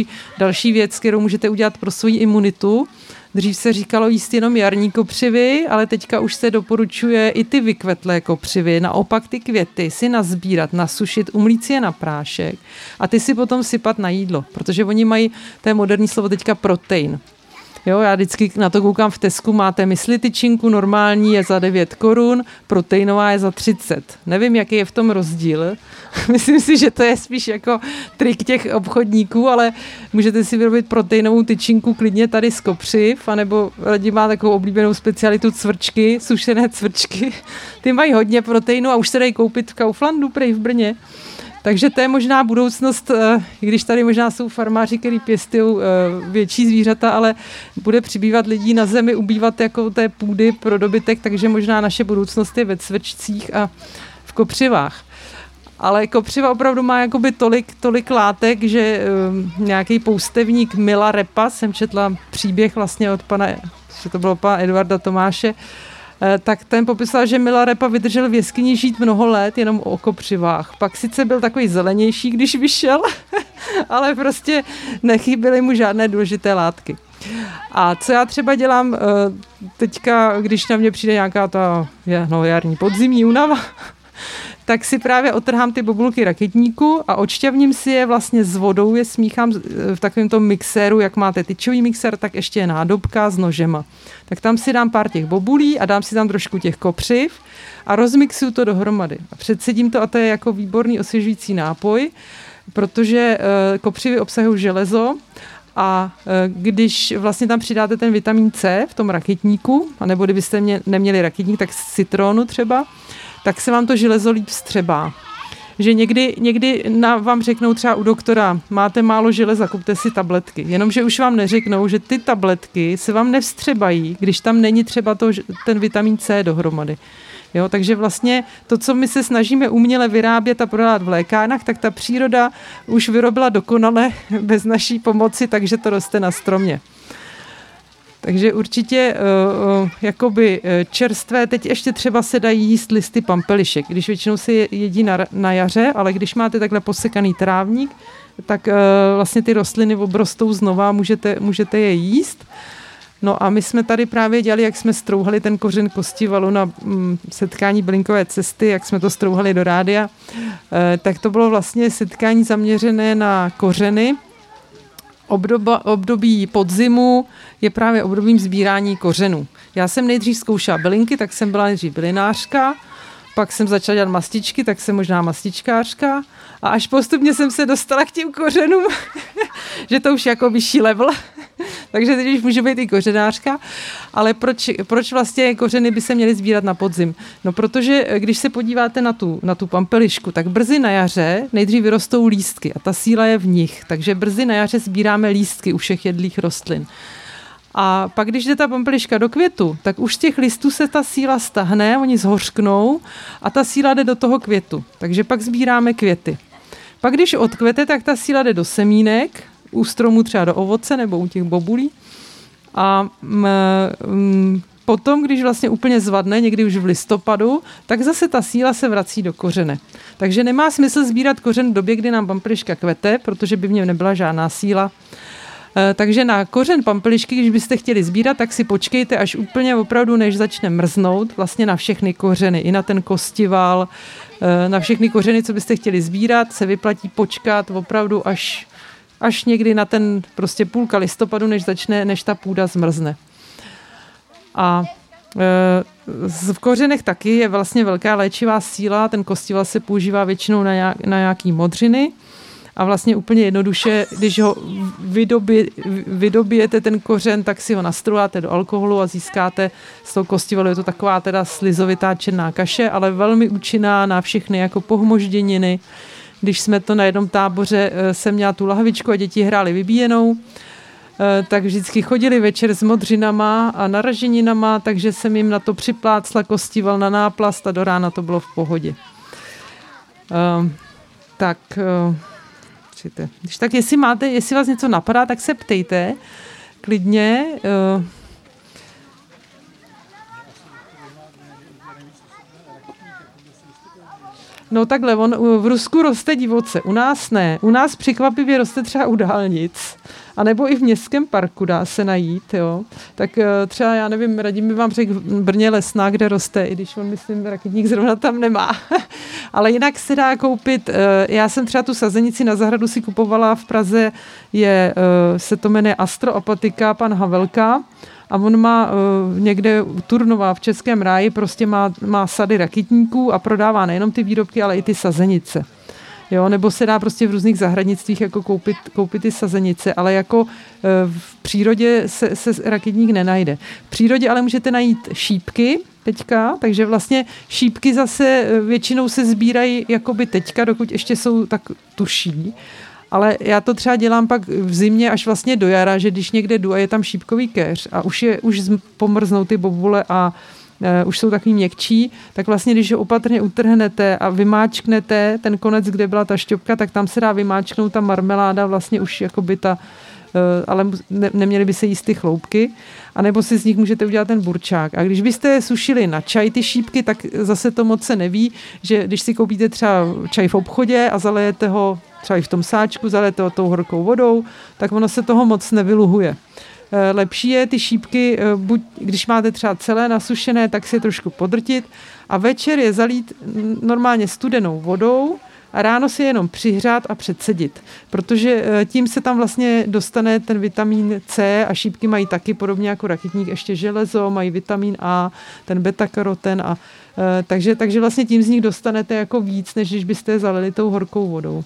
S1: další věc, kterou můžete udělat pro svou imunitu. Dřív se říkalo jíst jenom jarní kopřivy, ale teďka už se doporučuje i ty vykvetlé kopřivy. Naopak ty květy si nazbírat, nasušit, umlít si je na prášek a ty si potom sypat na jídlo, protože oni mají, to je moderní slovo teďka, protein. Jo, já vždycky na to koukám v Tesku, máte mysli tyčinku, normální je za 9 korun, proteinová je za 30. Nevím, jaký je v tom rozdíl. Myslím si, že to je spíš jako trik těch obchodníků, ale můžete si vyrobit proteinovou tyčinku klidně tady z kopřiv, anebo lidi má takovou oblíbenou specialitu cvrčky, sušené cvrčky. Ty mají hodně proteinu a už se dají koupit v Kauflandu, prej v Brně. Takže to je možná budoucnost, i když tady možná jsou farmáři, kteří pěstují větší zvířata, ale bude přibývat lidí na zemi, ubývat jako té půdy pro dobytek, takže možná naše budoucnost je ve cvrčcích a v kopřivách. Ale kopřiva opravdu má jakoby tolik látek, že nějaký poustevník Mila Repa, jsem četla příběh vlastně od že to bylo pana Eduarda Tomáše, tak ten popisoval, že Mila Repa vydržel v jeskyni žít mnoho let jenom o kopřivách. Pak sice byl takový zelenější, když vyšel, ale prostě nechyběly mu žádné důležité látky. A co já třeba dělám teďka, když na mě přijde nějaká ta jarní podzimní únava, tak si právě otrhám ty bobulky rakitníku a odšťavním si je vlastně s vodou, je smíchám v takovém tom mixéru, jak máte tyčový mixér, tak ještě je nádobka s nožema. Tak tam si dám pár těch bobulí a dám si tam trošku těch kopřiv a rozmixuju to dohromady. A předsedím to a to je jako výborný osvěžující nápoj, protože kopřivy obsahují železo a když vlastně tam přidáte ten vitamin C v tom rakitníku, anebo kdybyste neměli rakitník, tak z citronu třeba, tak se vám to železo líp vstřebá. že někdy vám řeknou třeba u doktora, máte málo železa, kupte si tabletky. Jenomže už vám neřeknou, že ty tabletky se vám nevstřebají, když tam není třeba ten vitamin C dohromady. Jo, takže vlastně to, co my se snažíme uměle vyrábět a prodávat v lékárnách, tak ta příroda už vyrobila dokonale bez naší pomoci, takže to roste na stromě. Takže určitě jakoby čerstvé, teď ještě třeba se dají jíst listy pampelišek, když většinou se jedí na jaře, ale když máte takhle posekaný trávník, tak vlastně ty rostliny obrostou znova, můžete je jíst. No a my jsme tady právě dělali, jak jsme strouhali ten kořen kostivalu na setkání bylinkové cesty, jak jsme to strouhali do rádia, tak to bylo vlastně setkání zaměřené na kořeny. Období podzimu je právě obdobím sbírání kořenů. Já jsem nejdřív zkoušela bylinky, tak jsem byla nejdřív bylinářka, pak jsem začala dělat mastičky, tak jsem možná mastičkářka a až postupně jsem se dostala k těm kořenům, že to už jako vyšší level, takže teď už můžu být i kořenářka, ale proč vlastně kořeny by se měly sbírat na podzim? No protože když se podíváte na tu pampelišku, tak brzy na jaře nejdřív vyrostou lístky a ta síla je v nich, takže brzy na jaře sbíráme lístky u všech jedlých rostlin. A pak, když jde ta pampeliška do květu, tak už z těch listů se ta síla stahne, oni zhořknou a ta síla jde do toho květu. Takže pak sbíráme květy. Pak, když odkvete, tak ta síla jde do semínek, u stromů třeba do ovoce nebo u těch bobulí. A potom, když vlastně úplně zvadne, někdy už v listopadu, tak zase ta síla se vrací do kořene. Takže nemá smysl sbírat kořen v době, kdy nám pampeliška kvete, protože by v něm nebyla žádná síla. Takže na kořen pampelišky, když byste chtěli sbírat, tak si počkejte až úplně opravdu, než začne mrznout, vlastně na všechny kořeny, i na ten kostival, na všechny kořeny, co byste chtěli sbírat, se vyplatí počkat opravdu až někdy na ten prostě půlka listopadu, než ta půda zmrzne. A v kořenech taky je vlastně velká léčivá síla, ten kostival se používá většinou na nějaký modřiny, a vlastně úplně jednoduše, když ho vydobijete ten kořen, tak si ho nastruháte do alkoholu a získáte z toho kostivalu. Je to taková teda slizovitá černá kaše, ale velmi účinná na všechny jako pohmožděniny. Když jsme to na jednom táboře, jsem měla tu lahvičku a děti hrály vybíjenou, tak vždycky chodili večer s modřinama a naraženinama, takže jsem jim na to připlácla kostival na náplast a do rána to bylo v pohodě. Když tak, jestli vás něco napadá, tak se ptejte klidně. No takhle, v Rusku roste divoce, u nás ne. U nás překvapivě roste třeba u dálnic, anebo i v městském parku dá se najít, jo. Tak třeba, já nevím, Radim by vám řekl v Brně Lesná, kde roste, i když on, myslím, rakitník zrovna tam nemá. Ale jinak se dá koupit, já jsem třeba tu sazenici na zahradu si kupovala v Praze, se to jmenuje Astroapatika, pan Havelka, a on má někde u Turnova v Českém ráji, prostě má sady rakitníků a prodává nejenom ty výrobky, ale i ty sazenice. Jo, nebo se dá prostě v různých zahradnictvích jako koupit ty sazenice, ale jako v přírodě se rakitník nenajde. V přírodě ale můžete najít šípky teďka, takže vlastně šípky zase většinou se sbírají jakoby teďka, dokud ještě jsou tak tuší. Ale já to třeba dělám pak v zimě až vlastně do jara, že když někde jdu a je tam šípkový keř a už pomrznou ty bobule a už jsou takový měkčí, tak vlastně, když ho opatrně utrhnete a vymáčknete ten konec, kde byla ta šťopka, tak tam se dá vymáčknout ta marmeláda, vlastně už jakoby ale neměly by se jíst ty chloupky, anebo si z nich můžete udělat ten burčák. A když byste sušili na čaj ty šípky, tak zase to moc se neví, že když si koupíte třeba čaj v obchodě a zalejete ho třeba i v tom sáčku, zalejete ho tou horkou vodou, tak ono se toho moc nevyluhuje. Lepší je ty šípky, buď když máte třeba celé nasušené, tak si je trošku podrtit a večer je zalít normálně studenou vodou a ráno si je jenom přihřát a předsedit, protože tím se tam vlastně dostane ten vitamin C a šípky mají taky podobně jako rakitník ještě železo, mají vitamin A, ten beta-karoten a takže vlastně tím z nich dostanete jako víc, než když byste je zalili tou horkou vodou.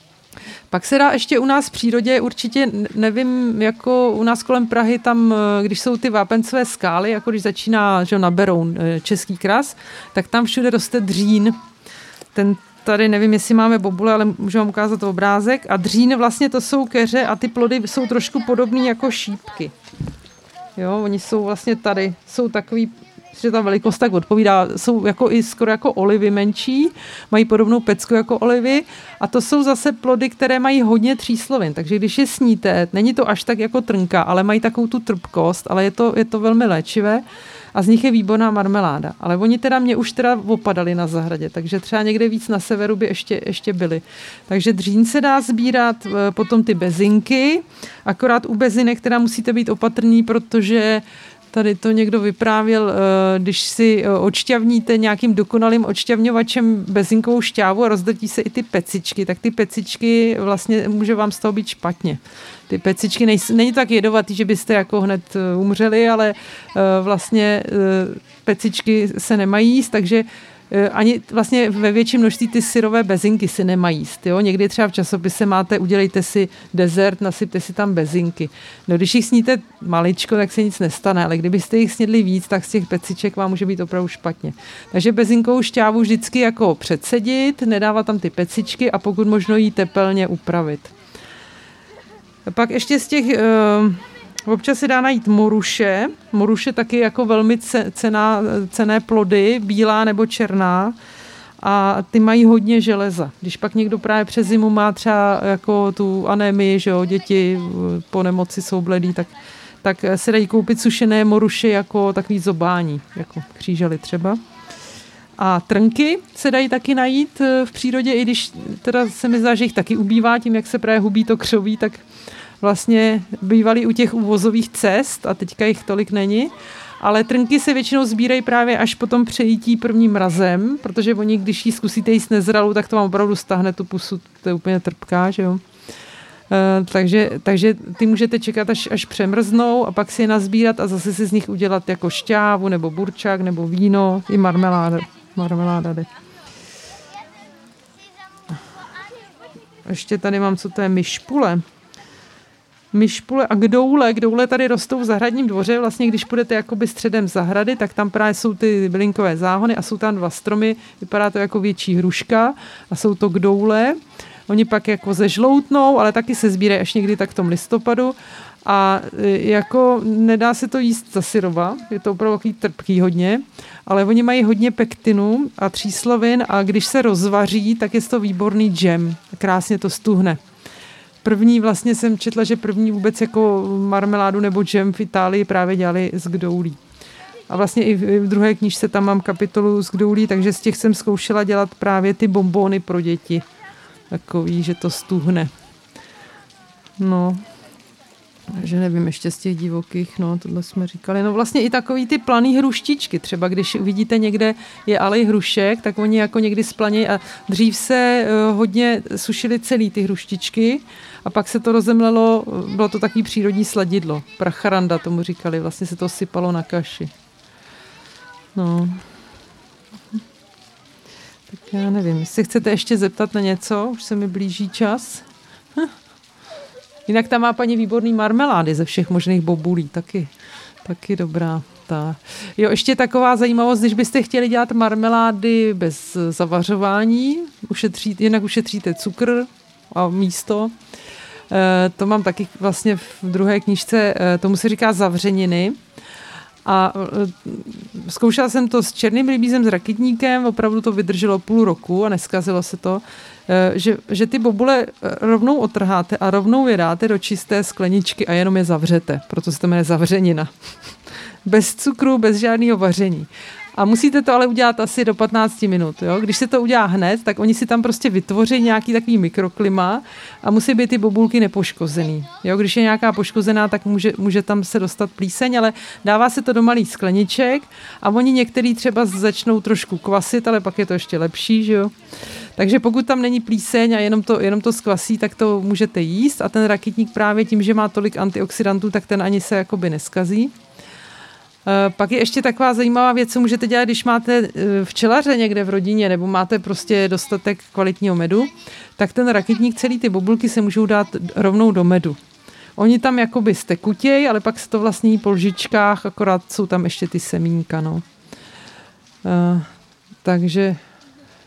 S1: Pak se dá ještě u nás v přírodě, určitě nevím, jako u nás kolem Prahy, tam, když jsou ty vápencové skály, jako když začíná na Beroun Český kras, tak tam všude roste dřín. tady nevím, jestli máme bobule, ale můžu vám ukázat obrázek. A dřín vlastně to jsou keře a ty plody jsou trošku podobný jako šípky. Jo, oni jsou vlastně tady, jsou takový, že ta velikost tak odpovídá, jsou jako i skoro jako olivy menší, mají podobnou pecku jako olivy a to jsou zase plody, které mají hodně tříslovin, takže když je sníte, není to až tak jako trnka, ale mají takovou tu trpkost, ale je to velmi léčivé a z nich je výborná marmeláda. Ale oni mě už opadali na zahradě, takže třeba někde víc na severu by ještě byly. Takže dřín se dá sbírat, potom ty bezinky, akorát u bezinek teda musíte být opatrní, protože tady to někdo vyprávěl, když si odšťavníte nějakým dokonalým odšťavňovačem bezinkovou šťávu a rozdrtí se i ty pecičky, tak ty pecičky vlastně může vám z toho být špatně. Ty pecičky není to tak jedovatý, že byste jako hned umřeli, ale vlastně pecičky se nemají jíst, takže ani vlastně ve větším množství ty syrové bezinky si nemají jíst. Jo? Někdy třeba v časopise máte, udělejte si dezert, nasypte si tam bezinky. No, když jich sníte maličko, tak se nic nestane, ale kdybyste jich snědli víc, tak z těch peciček vám může být opravdu špatně. Takže bezinkovou šťávu vždycky jako předsedit, nedávat tam ty pecičky a pokud možno jí tepelně upravit. Pak ještě z těch... Občas se dá najít moruše. Moruše taky jako velmi cenné plody, bílá nebo černá. A ty mají hodně železa. Když pak někdo právě přes zimu má třeba jako tu anémii, že jo, děti po nemoci jsou bledý, tak se dají koupit sušené moruše jako takový zobání, jako křížely třeba. A trnky se dají taky najít v přírodě, i když teda se mi zdá, že jich taky ubývá, tím jak se právě hubí to křoví, tak vlastně bývaly u těch uvozových cest a teďka jich tolik není. Ale trnky se většinou sbírají právě až po tom přejítí prvním mrazem, protože oni, když ji zkusíte jíst nezralou, tak to vám opravdu stáhne tu pusu, to je úplně trpká, že jo. Takže ty můžete čekat, až přemrznou a pak si je nazbírat a zase si z nich udělat jako šťávu nebo burčák nebo víno i marmeláda. Ještě tady mám, co to je, myšpule a kdoule tady rostou v zahradním dvoře. Vlastně, když půjdete jakoby středem zahrady, tak tam právě jsou ty bylinkové záhony a jsou tam 2 stromy. Vypadá to jako větší hruška a jsou to kdoule. Oni pak jako zežloutnou, ale taky se sbírají až někdy tak v tom listopadu. A jako nedá se to jíst za syrova, je to opravdu takový trpký hodně, ale oni mají hodně pektinu a tříslovin a když se rozvaří, tak je to výborný džem. Krásně to stuhne. První vlastně jsem četla, že první vůbec jako marmeládu nebo džem v Itálii právě dělali z kdoulí. A vlastně i v druhé knížce tam mám kapitolu z kdoulí, takže z těch jsem zkoušela dělat právě ty bonbóny pro děti. Takový, že to stuhne. No, že nevím, ještě z těch divokých, no, tohle jsme říkali. No vlastně i takový ty planý hruštičky, třeba když uvidíte někde je alej hrušek, tak oni jako někdy splanějí a dřív se hodně sušily celý ty hruštičky a pak se to rozemlelo, bylo to takový přírodní sladidlo, pracharanda tomu říkali, vlastně se to sypalo na kaši. No. Tak já nevím, jestli chcete ještě zeptat na něco, už se mi blíží čas. Jinak tam má paní výborný marmelády ze všech možných bobulí, taky dobrá. Jo, ještě taková zajímavost, když byste chtěli dělat marmelády bez zavařování, jinak ušetříte cukr a místo. To mám taky vlastně v druhé knížce, tomu se říká zavřeniny. A zkoušela jsem to s černým rybízem, s rakitníkem, opravdu to vydrželo půl roku a neskazilo se to, že ty bobule rovnou otrháte a rovnou je dáte do čisté skleničky a jenom je zavřete, proto se to jmenuje zavřenina. Bez cukru, bez žádného vaření. A musíte to ale udělat asi do 15 minut. Jo? Když se to udělá hned, tak oni si tam prostě vytvoří nějaký takový mikroklima a musí být ty bobulky nepoškozený. Jo? Když je nějaká poškozená, tak může tam se dostat plíseň, ale dává se to do malých skleniček a oni některý třeba začnou trošku kvasit, ale pak je to ještě lepší. Že jo? Takže pokud tam není plíseň a jenom to skvasí, tak to můžete jíst a ten rakitník právě tím, že má tolik antioxidantů, tak ten ani se jakoby neskazí. Pak je ještě taková zajímavá věc, co můžete dělat, když máte včelaře někde v rodině nebo máte prostě dostatek kvalitního medu, tak ten rakitník, celý ty bobulky se můžou dát rovnou do medu. Oni tam jakoby stekutěj, ale pak se to vlastně jí po lžičkách, akorát jsou tam ještě ty semínka, no. Takže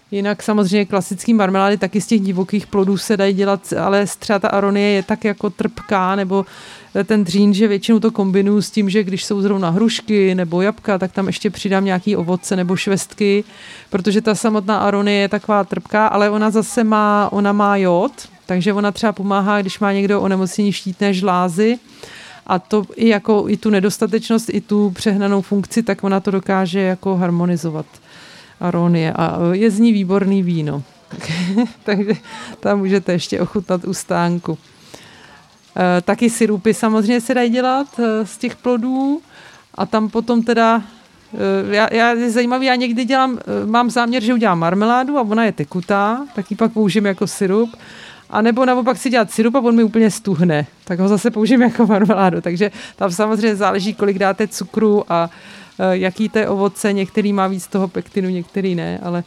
S1: Jinak samozřejmě klasický marmelády taky z těch divokých plodů se dají dělat, ale třeba ta aronie je tak jako trpká, nebo ten dřín, že většinou to kombinuju s tím, že když jsou zrovna hrušky nebo jabka, tak tam ještě přidám nějaký ovoce nebo švestky, protože ta samotná aronie je taková trpká, ale ona zase má jód, takže ona třeba pomáhá, když má někdo onemocnění štítné žlázy, a to i tu nedostatečnost, i tu přehnanou funkci, tak ona to dokáže jako harmonizovat. Aronie a je z ní výborný víno. Takže tam můžete ještě ochutnat u stánku. Taky sirupy samozřejmě se dají dělat z těch plodů a tam potom teda je zajímavý, já někdy mám záměr, že udělám marmeládu a ona je tekutá, tak ji pak použijem jako sirup. A nebo naopak si dělat sirup a on mi úplně stuhne, tak ho zase použijem jako marmeládu. Takže tam samozřejmě záleží, kolik dáte cukru a jaký to je ovoce, některý má víc toho pektinu, některý ne, ale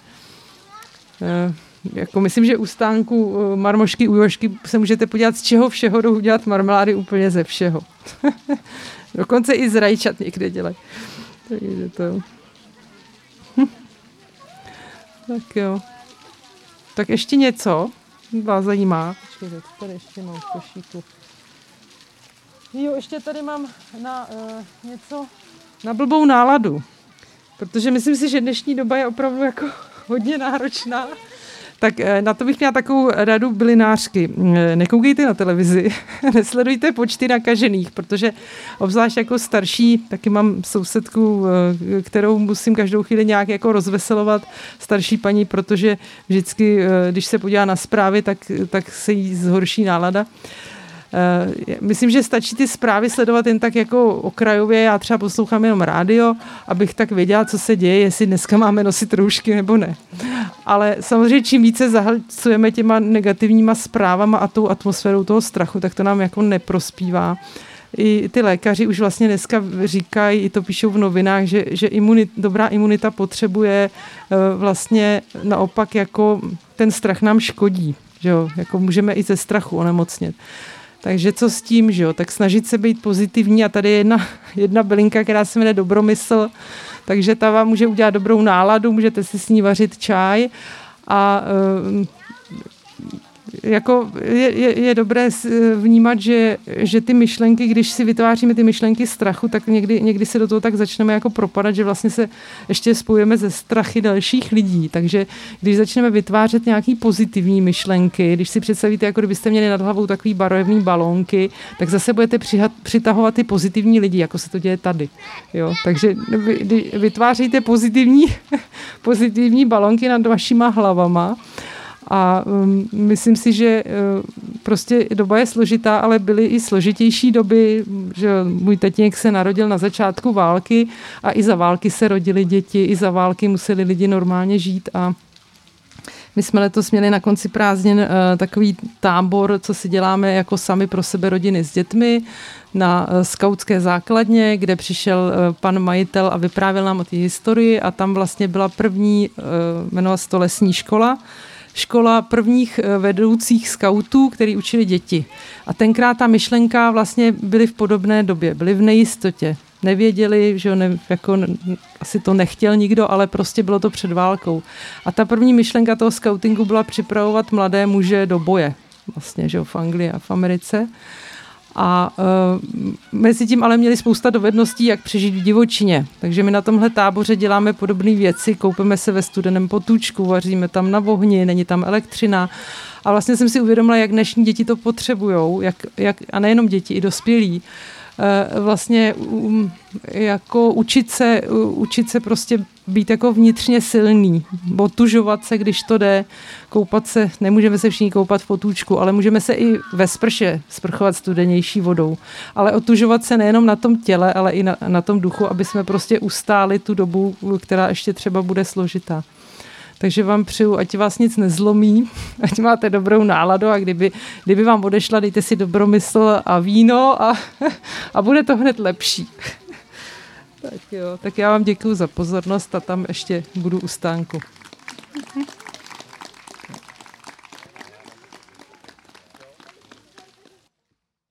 S1: jako myslím, že u stánku marmošky, u jošky se můžete podívat, z čeho všeho jdou udělat marmelády úplně ze všeho. Dokonce i z rajčat někde dělají. Takže to... Tak jo. Tak ještě něco vás zajímá. Počkejte, tady ještě mám v košíku. Jo, ještě tady mám něco na blbou náladu. Protože myslím si, že dnešní doba je opravdu jako hodně náročná. Tak na to bych měla takovou radu bylinářky. Nekoukejte na televizi, nesledujte počty nakažených, protože obzvlášť jako starší, taky mám sousedku, kterou musím každou chvíli nějak jako rozveselovat, starší paní, protože vždycky, když se podívá na zprávy, tak se jí zhorší nálada. Myslím, že stačí ty zprávy sledovat jen tak jako okrajově, já třeba poslouchám jenom rádio, abych tak věděla, co se děje, jestli dneska máme nosit roušky nebo ne. Ale samozřejmě čím více zahlcujeme těma negativníma zprávama a tou atmosférou toho strachu, tak to nám jako neprospívá. I ty lékaři už vlastně dneska říkají, i to píšou v novinách, že dobrá imunita potřebuje vlastně naopak jako ten strach nám škodí. Že jo? Jako můžeme i ze strachu onemocnět. Takže co s tím, že jo? Tak snažit se být pozitivní a tady je jedna bylinka, která se jmenuje dobromysl, takže ta vám může udělat dobrou náladu, můžete si s ní vařit čaj a jako je dobré vnímat, že ty myšlenky, když si vytváříme ty myšlenky strachu, tak někdy se do toho tak začneme jako propadat, že vlastně se ještě spojujeme ze strachy dalších lidí. Takže když začneme vytvářet nějaký pozitivní myšlenky, když si představíte, jako kdybyste měli nad hlavou takový barevný balónky, tak zase budete přitahovat ty pozitivní lidi, jako se to děje tady. Jo? Takže vytvářejte pozitivní balónky nad vašima hlavama. A myslím si, že prostě doba je složitá, ale byly i složitější doby, že můj tatínek se narodil na začátku války a i za války se rodily děti, i za války museli lidi normálně žít a my jsme letos měli na konci prázdnin takový tábor, co si děláme jako sami pro sebe rodiny s dětmi na skautské základně, kde přišel pan majitel a vyprávěl nám o té historii a tam vlastně byla první, jmenovala se to lesní škola prvních vedoucích skautů, který učili děti. A tenkrát ta myšlenka vlastně byly v podobné době, byly v nejistotě. Nevěděli, že asi to nechtěl nikdo, ale prostě bylo to před válkou. A ta první myšlenka toho skautingu byla připravovat mladé muže do boje. Vlastně, že v Anglii a v Americe. A mezi tím ale měli spousta dovedností, jak přežít v divočině. Takže my na tomhle táboře děláme podobné věci, koupeme se ve studeném potůčku, vaříme tam na ohni, není tam elektřina. A vlastně jsem si uvědomila, jak dnešní děti to potřebujou, a nejenom děti, i dospělí. Vlastně jako učit se prostě být jako vnitřně silný, otužovat se, když to jde, koupat se, nemůžeme se všichni koupat v potůčku, ale můžeme se i ve sprše sprchovat studenější vodou. Ale otužovat se nejenom na tom těle, ale i na tom duchu, aby jsme prostě ustáli tu dobu, která ještě třeba bude složitá. Takže vám přeju, ať vás nic nezlomí, ať máte dobrou náladu a kdyby vám odešla, dejte si dobromysl a víno a bude to hned lepší. Tak jo, tak já vám děkuju za pozornost a tam ještě budu u stánku.